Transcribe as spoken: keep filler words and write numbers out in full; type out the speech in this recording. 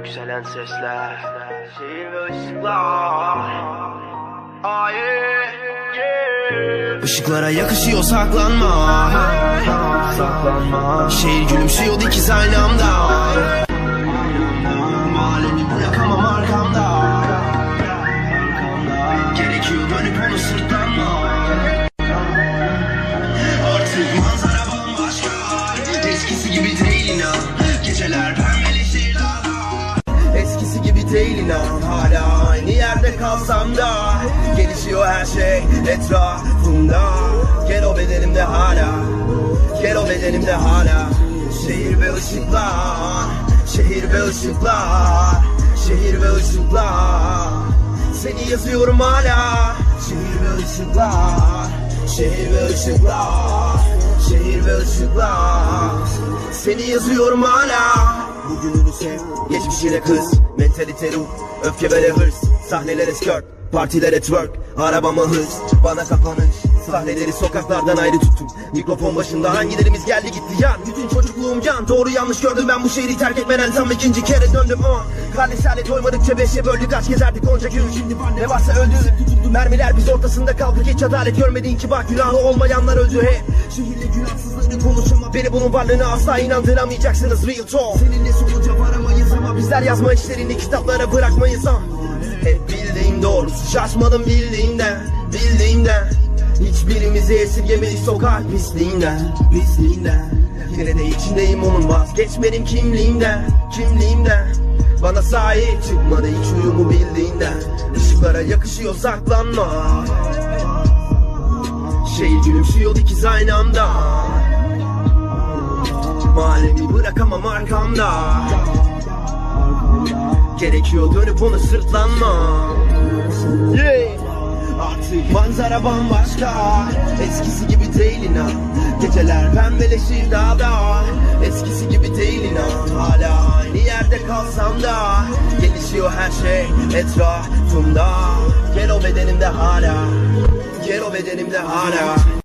Yükselen sesler, şehir ve ışıklar. Ah, yeah, yeah. Işıklara yakışıyor saklanma, saklanma. Şehir gülümsüyor dikiz aynı anda. Mahallemi bırakamam arkamda. Gerekiyor dönüp onu sırtlanma. Artık manzara bambaşka. Eskisi gibi değil inan. Geceler pembeleşir daha. Eskisi gibi değil inan. Hala aynı yerde kalsam da gelişiyor her şey etrafımda. Gel o bedenimde hala. Gel o bedenimde hala. Şehir ve ışıklar. Şehir ve ışıklar. Şehir ve ışıklar. Seni yazıyorum hala. Şehir ve ışıklar. Şehir ve ışıklar. Şehir ve ışıklar. Seni yazıyorum hala. Bugününü sev, geçmişine kız. Mentalite ruh, öfke ve hırs. Sahnelere skirt, partilere twerk. Arabama hız, bana kapanış. Sahneleri sokaklardan ayrı tuttum. Mikrofon başında hangilerimiz geldi gitti yan. Bütün çocukluğum can, doğru yanlış gördüm. Ben bu şehri terk etmeden tam ikinci kere döndüm. oh. Kardeşlerle doymadıkça beşe böldük. Kaç gezerdik onca gün. Şimdi ne varsa öldü. Mermiler biz ortasında kaldık. Hiç adalet görmedin ki bak, günahı olmayanlar öldü hep. Şehirle günahsızları konuşama. Beni bunun varlığına asla inandıramayacaksınız. Real talk. Seninle sonuca varamayız ama bizler yazma işlerini kitaplara bırakmayız ama. Hep bildiğim doğrusu, şaşmadım bildiğimden, bildiğimden. Hiçbirimizi esirgemedik sokak pisliğinden, pisliğinden. Yine de içindeyim onun, vazgeçmedim kimliğimden, kimliğimden. Bana sahip çıkmadı hiç uyumu bildiğinden. Işıklara yakışıyor saklanma. Şehir gülümsüyor dikiz aynı anda. Mahallemi bırakamam arkamda. Gerekiyor dönüp onu sırtlanma. Yeah. Artık manzara bambaşka. Eskisi gibi değil inan. Geceler pembeleşir daha da. Eskisi gibi değil inan. Hala aynı yerde kalsam da gelişiyor her şey etrafımda. Gel o bedenimde hala. Gel o bedenimde hala.